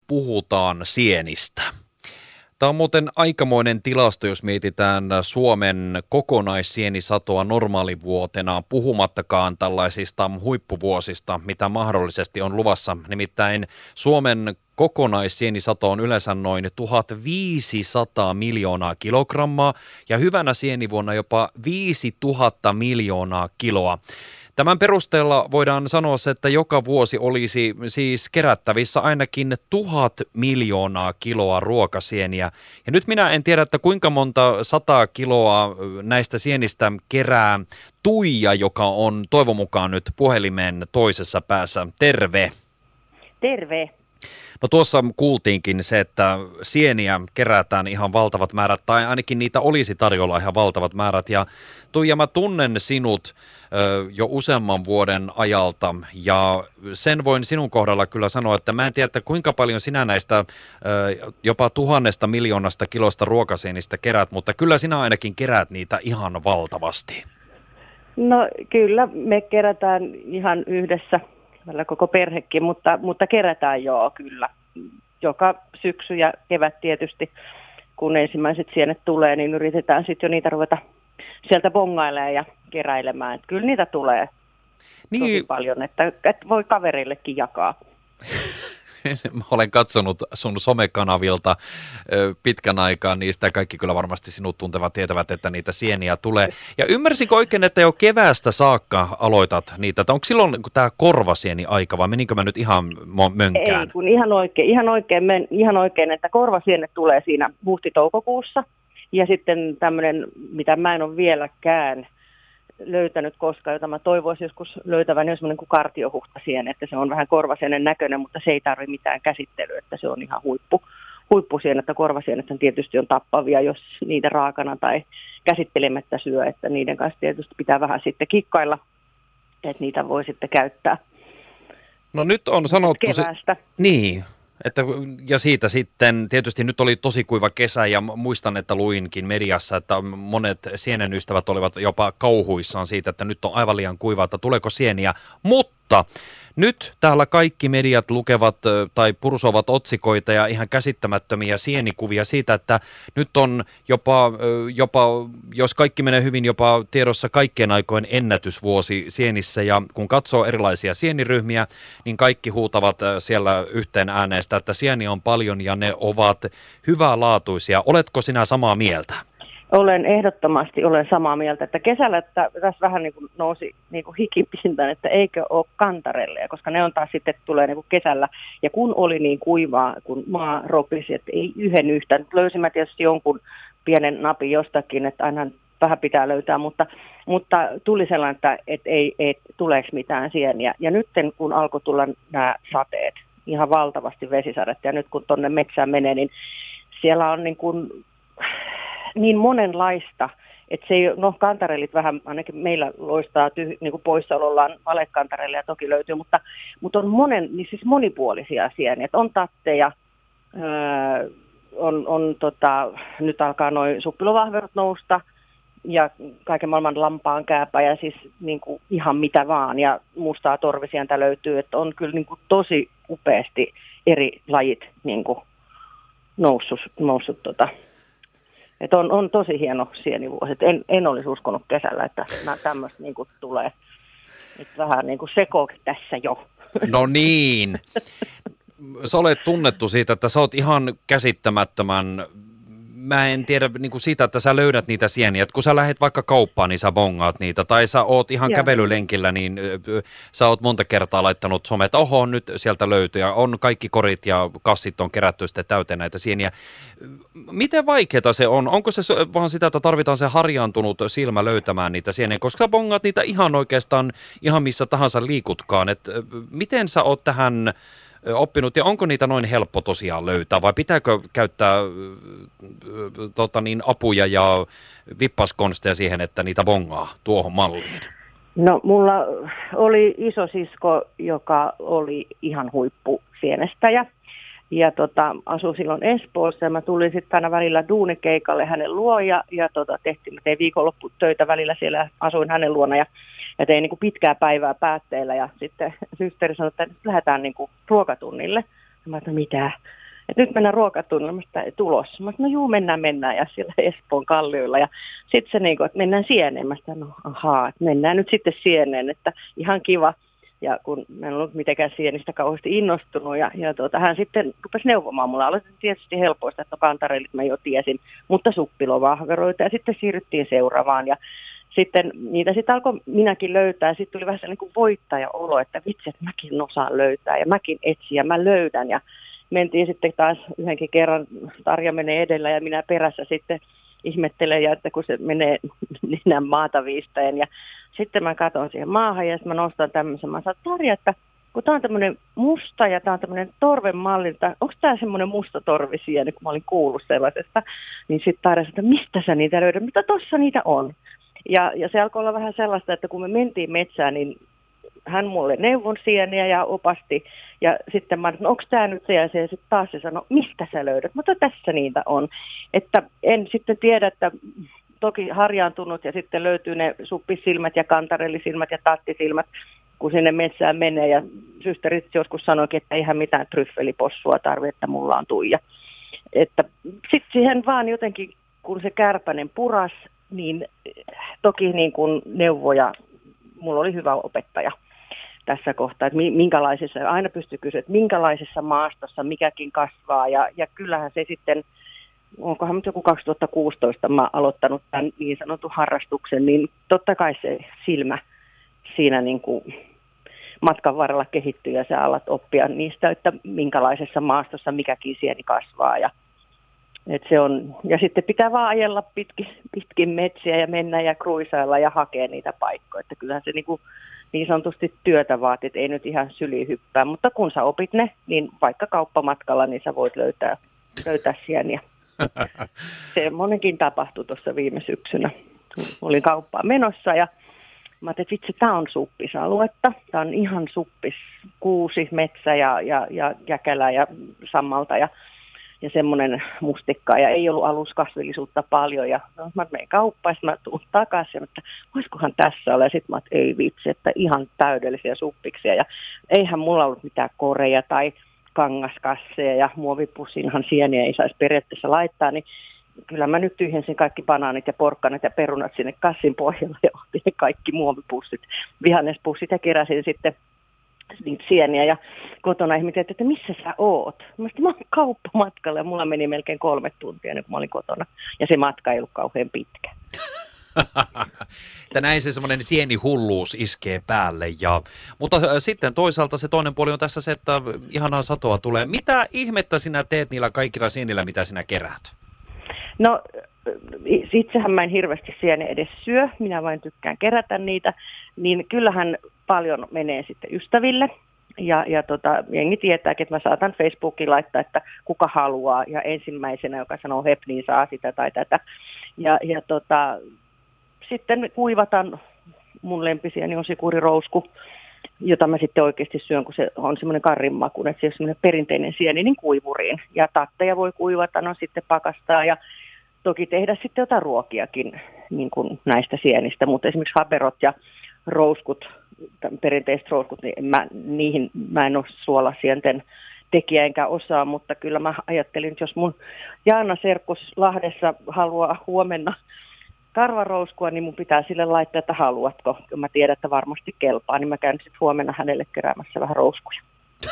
puhutaan sienistä. Tämä on muuten aikamoinen tilasto, jos mietitään Suomen kokonaissienisatoa normaalivuotena, puhumattakaan tällaisista huippuvuosista, mitä mahdollisesti on luvassa. Nimittäin Suomen kokonaissienisato on yleensä noin 1500 miljoonaa kilogrammaa ja hyvänä sienivuonna jopa 5000 miljoonaa kiloa. Tämän perusteella voidaan sanoa se, että joka vuosi olisi siis kerättävissä ainakin 1000 miljoonaa kiloa ruokasieniä. Ja nyt minä en tiedä, että kuinka monta 100 kiloa näistä sienistä kerää Tuija, joka on toivon mukaan nyt puhelimen toisessa päässä. Terve! Terve! No tuossa kuultiinkin se, että sieniä kerätään ihan valtavat määrät, tai ainakin niitä olisi tarjolla ihan valtavat määrät. Ja Tuija, mä tunnen sinut jo useamman vuoden ajalta, ja sen voin sinun kohdalla kyllä sanoa, että mä en tiedä, että kuinka paljon sinä näistä jopa 1000 miljoonasta kilosta ruokasienistä kerät, mutta kyllä sinä ainakin kerät niitä ihan valtavasti. No kyllä, me kerätään ihan yhdessä. Välillä koko perhekin, mutta kerätään joo kyllä. Joka syksy ja kevät tietysti, kun ensimmäiset sienet tulee, niin yritetään sitten jo niitä ruveta sieltä bongailemaan ja keräilemään. Et kyllä niitä tulee tosi paljon, että voi kaverillekin jakaa. Mä olen katsonut sun somekanavilta pitkän aikaa niistä, kaikki kyllä varmasti sinut tuntevat, tietävät, että niitä sieniä tulee. Ja ymmärsinkö oikein, että jo keväästä saakka aloitat niitä, onko silloin tämä korvasieni aika vai menikö mä nyt ihan mönkään? Ei, kun ihan oikein, että korvasienet tulee siinä huhti-toukokuussa ja sitten tämmöinen, mitä mä en ole vieläkään löytänyt koskaan, jota mä toivoisin joskus löytävän, on semmoinen kuin kartiohuhtasieni, että se on vähän korvasienen näköinen, mutta se ei tarvitse mitään käsittelyä, että se on ihan huippusien, että korvasienet tietysti on tappavia, jos niitä raakana tai käsittelemättä syö, että niiden kanssa tietysti pitää vähän sitten kikkailla, että niitä voi sitten käyttää. No nyt on sanottu keväästä. Niin. Ja siitä sitten, tietysti nyt oli tosi kuiva kesä ja muistan, että luinkin mediassa, että monet sienen ystävät olivat jopa kauhuissaan siitä, että nyt on aivan liian kuiva, että tuleeko sieniä. Mutta nyt täällä kaikki mediat lukevat tai pursovat otsikoita ja ihan käsittämättömiä sienikuvia siitä, että nyt on jopa jos kaikki menee hyvin, jopa tiedossa kaikkien aikojen ennätysvuosi sienissä. Ja kun katsoo erilaisia sieniryhmiä, niin kaikki huutavat siellä yhteen ääneen sitä, että sieniä on paljon ja ne ovat hyvälaatuisia. Oletko sinä samaa mieltä? Olen ehdottomasti samaa mieltä, että kesällä että tässä vähän niin kuin nousi niin kuin hikipintaan, että eikö ole kantarelleja, koska ne on taas sitten tulee niin kuin kesällä. Ja kun oli niin kuivaa, kun maa ropisi, että ei yhden yhtään. Löysimme tietysti jonkun pienen napin jostakin, että aina vähän pitää löytää, mutta tuli sellainen, että ei tuleeko mitään sieniä. Ja nyt kun alkoi tulla nämä sateet, ihan valtavasti vesisadetta, ja nyt kun tuonne metsään menee, niin siellä on niin monenlaista, että se ei, kantarellit vähän, ainakin meillä loistaa niin kuin poissaolollaan valekantarelleja toki löytyy, mutta on siis monipuolisia sieniä, että on tatteja, nyt alkaa noi suppilovahverot nousta ja kaiken maailman lampaan kääpä ja siis niin kuin ihan mitä vaan ja mustaa torvisientä löytyy, että on kyllä niin kuin tosi upeasti eri lajit niin kuin noussut että on tosi hieno sienivuosi. En olisi uskonut kesällä, että tämmöistä niin kuin tulee. Että vähän niin kuin sekoakin tässä jo. No niin. Sä olet tunnettu siitä, että sä oot ihan käsittämättömän. Mä en tiedä niin kuin siitä, että sä löydät niitä sieniä. Että kun sä lähdet vaikka kauppaan, niin sä bongaat niitä. Tai sä oot ihan kävelylenkillä, niin sä oot monta kertaa laittanut someen, että oho, nyt sieltä löytyy. Ja on kaikki korit ja kassit on kerätty sitten täyteen näitä sieniä. Miten vaikeaa se on? Onko se vaan sitä, että tarvitaan se harjaantunut silmä löytämään niitä sieniä? Koska sä bongaat niitä ihan oikeastaan ihan missä tahansa liikutkaan. Et miten sä oot tähän oppinut ja onko niitä noin helppo tosiaan löytää vai pitääkö käyttää apuja ja vippaskonsteja siihen, että niitä bongaa tuohon malliin? No mulla oli isosisko, joka oli ihan huippusienestäjä ja asui silloin Espoossa ja mä tulin sitten aina välillä duunikeikalle hänen luo ja tein viikonlopputöitä välillä siellä, asuin hänen luona ja tein niin kuin pitkää päivää päätteellä ja sitten systeri sanoi, että lähdetään niin kuin ruokatunnille Mä ajattelin, mitä? Että nyt mennään ruokatunnille, tulossa. Mä sanoin, no juu, mennään. Ja siellä Espoon kallioilla. Ja sitten se että mennään Sieneen. Mä sanoin, no ahaa, että mennään nyt sitten Sieneen, että ihan kiva. Ja kun mä en ollut mitenkään Sienistä kauheasti innostunut, ja hän sitten rupesi neuvomaan mulle. Aloitin tietysti helpoista, että kantareilit mä jo tiesin, mutta suppilovahveroita, ja sitten siirryttiin seuraavaan. Ja sitten niitä sitten alkoi minäkin löytää, ja sitten tuli vähän sellainen kuin voittaja-olo, että vitsi, että mäkin osaan löytää, ja mäkin etsin, ja mä löydän. Ja mentiin sitten taas yhdenkin kerran, Tarja menee edellä, ja minä perässä sitten ihmettelen, ja että kun se menee nenän maata viistäen, ja sitten mä katson siihen maahan, ja sitten mä nostan tämmöisen, mä sanon, Tarja, että kun tää on tämmöinen musta, ja tää on tämmöinen torven mallilta, onko tää semmoinen musta torvisieni, kun mä olin kuullut sellaisesta, niin sitten Tarja sanoi, että mistä sä niitä löydät, mutta tossa niitä on. Ja se alkoi olla vähän sellaista, että kun me mentiin metsään, niin hän mulle neuvon sieniä ja opasti. Ja sitten mä sanoin, no onko tämä nyt se ja se. Ja sitten taas se sanoi, mistä sä löydät? Mutta tässä niitä on. Että en sitten tiedä, että toki harjaantunut ja sitten löytyy ne suppisilmät ja kantarellisilmät ja tattisilmät, kun sinne metsään menee. Ja systerit joskus sanoikin, että eihän mitään tryffelipossua tarvitse, että mulla on Tuija. Että sitten siihen vaan jotenkin, kun se kärpänen puras, niin toki niin kuin neuvoja, mulla oli hyvä opettaja tässä kohtaa, että minkälaisessa, aina pystyy kysyä, että minkälaisessa maastossa mikäkin kasvaa, ja kyllähän se sitten, onkohan nyt joku 2016 mä aloittanut tämän niin sanotun harrastuksen, niin totta kai se silmä siinä niin kuin matkan varrella kehittyy, ja sä alat oppia niistä, että minkälaisessa maastossa mikäkin sieni kasvaa, ja sitten pitää vaan ajella pitkin metsiä ja mennä ja kruisailla ja hakea niitä paikkoja. Että kyllähän se niin sanotusti työtä vaatii, että ei nyt ihan syliin hyppää. Mutta kun sä opit ne, niin vaikka kauppamatkalla, niin sä voit löytää sieniä. Semmoinenkin tapahtui tuossa viime syksynä. Olin kauppaan menossa ja mä ajattelin, että vitsi, tää on suppisaluetta. Tää on ihan suppis, kuusi, metsä ja jäkälä ja sammalta ja semmoinen mustikka, ja ei ollut aluskasvillisuutta paljon, ja mä menen kauppaan, ja mä tuun takaisin, että voisikohan tässä olla, ja sitten mä että ei vitsi, että ihan täydellisiä suppiksia, ja eihän mulla ollut mitään koreja tai kangaskasseja, ja muovipussinhan sieniä ei saisi periaatteessa laittaa, niin kyllä mä nyt tyhjensin kaikki banaanit ja porkkanat ja perunat sinne kassin pohjalle, ja otin kaikki muovipussit, vihannespussit, ja keräsin sitten niitä sieniä, ja kotona ihmeteltiin, että missä sä oot? Mä oon kauppamatkalla, ja mulla meni melkein 3 tuntia, kun mä olin kotona, ja se matka ei ollut kauhean pitkä. Näin se semmoinen sienihulluus iskee päälle, mutta sitten toisaalta se toinen puoli on tässä se, että ihanaa satoa tulee. Mitä ihmettä sinä teet niillä kaikilla sienillä, mitä sinä keräät? No itsehän mä en hirveästi sieniä edes syö, minä vain tykkään kerätä niitä, niin kyllähän paljon menee sitten ystäville, ja jengi tietääkin, että mä saatan Facebookiin laittaa, että kuka haluaa, ja ensimmäisenä, joka sanoo hep, niin saa sitä tai tätä, ja sitten kuivataan, mun lempisieni on sikurirousku, jota mä sitten oikeasti syön, kun se on semmoinen karrinmaku, että se on semmoinen perinteinen sieni, niin kuivuriin, ja tatteja voi kuivata, no sitten pakastaa, ja toki tehdä sitten jotain ruokiakin niin kuin näistä sienistä, mutta esimerkiksi haberot ja rouskut, perinteiset rouskut, niin mä en ole suolasienten tekijä enkä osaa, mutta kyllä mä ajattelin, että jos mun Jaana Serkkus Lahdessa haluaa huomenna karvarouskua, niin mun pitää sille laittaa, että haluatko. Kun mä tiedän, että varmasti kelpaa, niin mä käyn sitten huomenna hänelle keräämässä vähän rouskuja.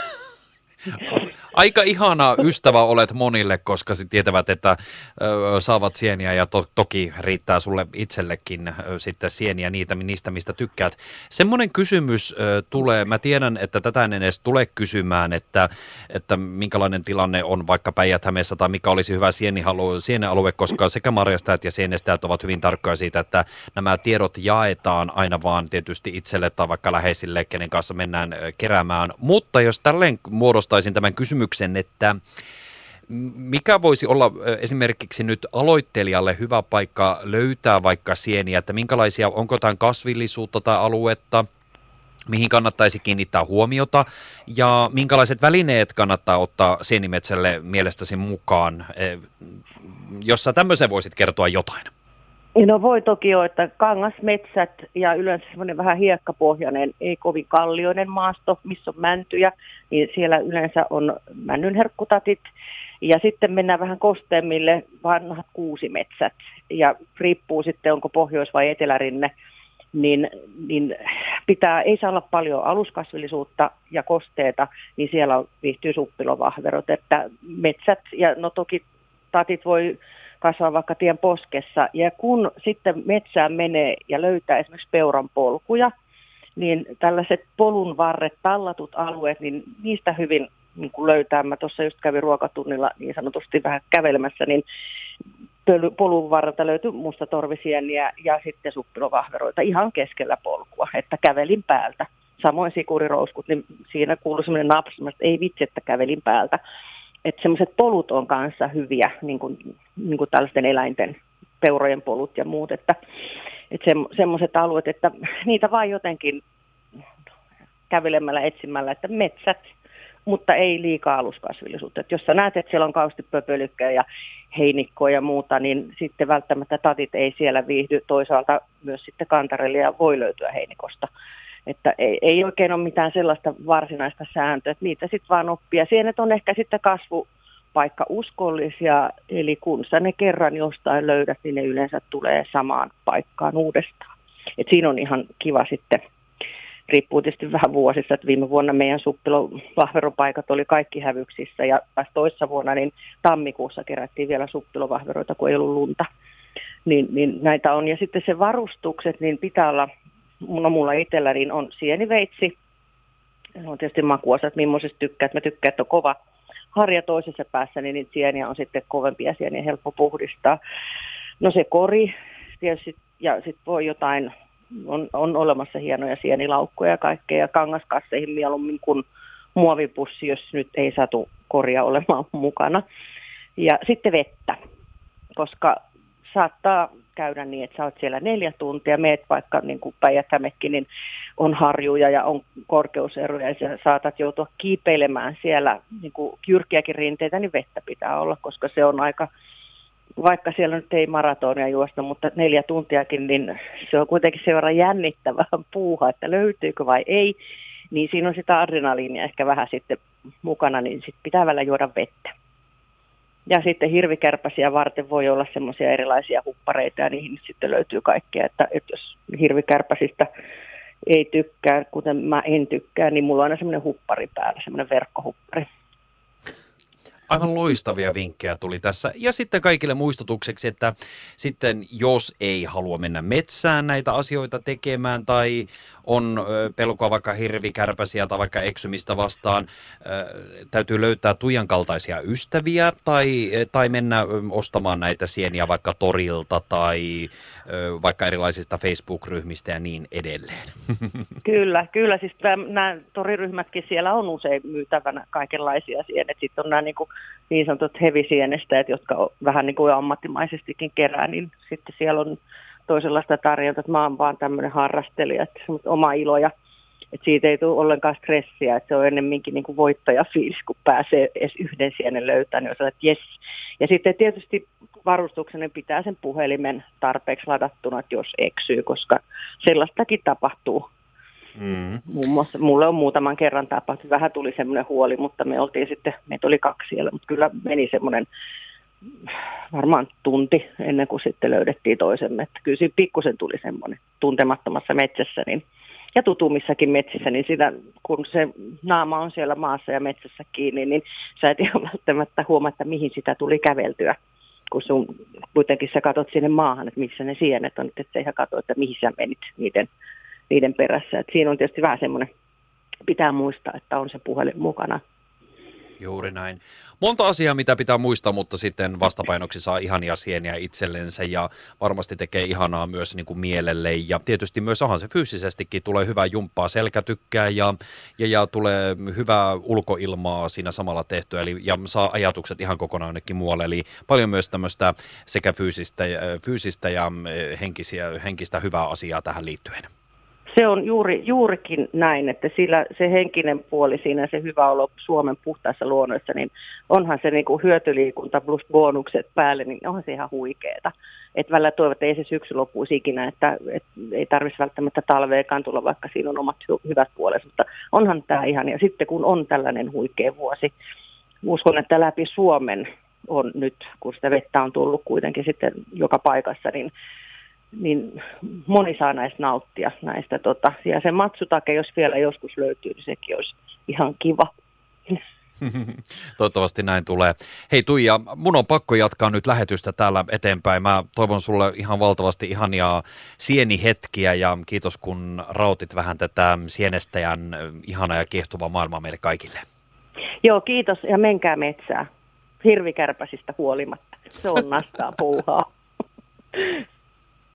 Aika ihana ystävä olet monille, koska sit tietävät, että saavat sieniä ja toki riittää sulle itsellekin sitten sieniä niistä, mistä tykkäät. Semmoinen kysymys tulee, mä tiedän, että tätä en edes tule kysymään, että minkälainen tilanne on vaikka Päijät-Hämeessä tai mikä olisi hyvä sienialue, koska sekä marjastajat ja sienestäjät ovat hyvin tarkkoja siitä, että nämä tiedot jaetaan aina vaan tietysti itselle tai vaikka läheisille, kenen kanssa mennään keräämään. Mutta jos tälleen muodostaisin tämän kysymyksen, että mikä voisi olla esimerkiksi nyt aloittelijalle hyvä paikka löytää vaikka sieniä, että minkälaisia, onko jotain kasvillisuutta tai aluetta, mihin kannattaisi kiinnittää huomiota ja minkälaiset välineet kannattaa ottaa sienimetsälle mielestäsi mukaan, jos sä tämmöisen voisit kertoa jotain? No voi toki olla, että kangasmetsät ja yleensä semmoinen vähän hiekkapohjainen, ei kovin kallioinen maasto, missä on mäntyjä, niin siellä yleensä on männynherkkutatit. Ja sitten mennään vähän kosteemmille vanhat kuusimetsät ja riippuu sitten onko pohjois- vai etelärinne, niin ei saa olla paljon aluskasvillisuutta ja kosteita, niin siellä viihtyy suppilovahverot, että metsät ja no toki tatit voi kasvaa vaikka tien poskessa. Ja kun sitten metsään menee ja löytää esimerkiksi peuran polkuja, niin tällaiset polun varret, tallatut alueet, niin niistä hyvin niin kuin löytää. Mä tuossa just kävin ruokatunnilla niin sanotusti vähän kävelemässä, niin polun varrelta löytyi mustatorvisieniä ja sitten suppilovahveroita ihan keskellä polkua, että kävelin päältä. Samoin sikurirouskut, niin siinä kuului semmoinen napsuma, että ei vitsi, että kävelin päältä. Että semmoiset polut on kanssa hyviä, niin kuin tällaisten eläinten, peurojen polut ja muut, että semmoiset alueet, että niitä vaan jotenkin kävelemällä, etsimällä, että metsät, mutta ei liikaa aluskasvillisuutta. Että jos sä näet, että siellä on kauheasti pöpölykkää ja heinikkoa ja muuta, niin sitten välttämättä tatit ei siellä viihdy. Toisaalta myös sitten kantarelia voi löytyä heinikosta. Että ei oikein ole mitään sellaista varsinaista sääntöä, että niitä sitten vaan oppia. Sienet on ehkä sitten kasvupaikka uskollisia, eli kun sä ne kerran jostain löydät, niin ne yleensä tulee samaan paikkaan uudestaan. Et siinä on ihan kiva sitten, riippuu tietysti vähän vuosista, että viime vuonna meidän suppilovahveropaikat oli kaikki hävyksissä ja taas toissa vuonna niin tammikuussa kerättiin vielä suppilovahveroita, kun ei ollut lunta. Niin näitä on. Ja sitten se varustukset, niin pitää olla. Mulla itsellä niin on sieniveitsi. On tietysti makuosat, millaisesta tykkää. Mä tykkään, että on kova harja toisessa päässä, niin niitä sieniä on sitten kovempia sieniä, helppo puhdistaa. No se kori, tietysti, ja sitten voi jotain, on olemassa hienoja sienilaukkoja ja kaikkea, ja kangaskasseihin mieluummin kuin muovipussi, jos nyt ei satu koria olemaan mukana. Ja sitten vettä, koska saattaa käydä niin, että sä oot siellä 4 tuntia, meet vaikka niin kuin Päijät-Hämekin, niin on harjuja ja on korkeuseroja ja sä saatat joutua kiipeilemään siellä niin kuin jyrkkiäkin rinteitä, niin vettä pitää olla, koska se on aika, vaikka siellä nyt ei maratonia juosta, mutta 4 tuntiakin, niin se on kuitenkin sen verran jännittävää puuha, että löytyykö vai ei, niin siinä on sitä adrenaliinia ehkä vähän sitten mukana, niin sitten pitää välillä juoda vettä. Ja sitten hirvikärpäsiä varten voi olla semmoisia erilaisia huppareita ja niihin sitten löytyy kaikkea, että jos hirvikärpäsistä ei tykkää, kuten mä en tykkää, niin mulla on aina semmoinen huppari päällä, semmoinen verkkohuppari. Aivan loistavia vinkkejä tuli tässä. Ja sitten kaikille muistutukseksi, että sitten jos ei halua mennä metsään näitä asioita tekemään tai on pelkoa vaikka hirvikärpäsiä tai vaikka eksymistä vastaan, täytyy löytää Tuijan kaltaisia ystäviä tai mennä ostamaan näitä sieniä vaikka torilta tai vaikka erilaisista Facebook-ryhmistä ja niin edelleen. Kyllä. Siis nämä toriryhmätkin siellä on usein myytävänä kaikenlaisia sienet. Sitten on nämä niin sanotut hevisienestäjät, jotka vähän niin kuin ammattimaisestikin kerää, niin sitten siellä on toisenlaista tarjontaa, että mä oon vaan tämmöinen harrastelija, että se on oma ilo ja että siitä ei tule ollenkaan stressiä, että se on ennemminkin niin kuin voittajafiilis, kun pääsee edes yhden sienen löytämään, niin on sellainen, että jes. Ja sitten tietysti varustuksena pitää sen puhelimen tarpeeksi ladattuna, että jos eksyy, koska sellaistakin tapahtuu. Muun muassa mulle on muutaman kerran tapahtunut. Vähän tuli semmoinen huoli, mutta meitä oli 2 siellä, mutta kyllä meni semmoinen varmaan tunti ennen kuin sitten löydettiin toisemme. Että kyllä siinä pikkusen tuli semmoinen tuntemattomassa metsässä ja tutumissakin metsissä, niin sitä, kun se naama on siellä maassa ja metsässä kiinni, niin sä et ihan välttämättä huomaa, että mihin sitä tuli käveltyä. Kun kuitenkin sä katot sinne maahan, että missä ne sienet on, että sä ihan katsot, että mihin sä menit niiden perässä. Et siinä on tietysti vähän semmoinen, pitää muistaa, että on se puhelin mukana. Juuri näin. Monta asiaa, mitä pitää muistaa, mutta sitten vastapainoksi saa ihania sieniä itsellensä ja varmasti tekee ihanaa myös niin kuin mielelle. Ja tietysti myös onhan se fyysisestikin tulee hyvää jumppaa, selkä tykkää ja tulee hyvää ulkoilmaa siinä samalla tehtyä. Ja saa ajatukset ihan kokonaan jonnekin muualle. Eli paljon myös tämmöistä sekä fyysistä ja henkistä hyvää asiaa tähän liittyen. Se on juurikin näin, että sillä se henkinen puoli siinä, se hyvä olo Suomen puhtaassa luonnossa, niin onhan se niin kuin hyötyliikunta plus bonukset päälle, niin onhan se ihan huikeeta. Että välillä toivon, että ei se syksy loppuisi ikinä, että ei tarvitsisi välttämättä talveekaan tulla, vaikka siinä on omat hyvät puolet, mutta onhan tämä ihan, ja sitten kun on tällainen huikea vuosi, uskon, että läpi Suomen on nyt, kun sitä vettä on tullut kuitenkin sitten joka paikassa, niin moni saa näistä nauttia näistä. Ja se matsutake, jos vielä joskus löytyy, niin sekin olisi ihan kiva. Toivottavasti näin tulee. Hei Tuija, mun on pakko jatkaa nyt lähetystä täällä eteenpäin. Mä toivon sulle ihan valtavasti ihania sienihetkiä ja kiitos kun rautit vähän tätä sienestäjän ihanaa ja kiehtovaa maailmaa meille kaikille. Joo, kiitos ja menkää metsään. Hirvikärpäsistä huolimatta. Se on nastaa puuhaa.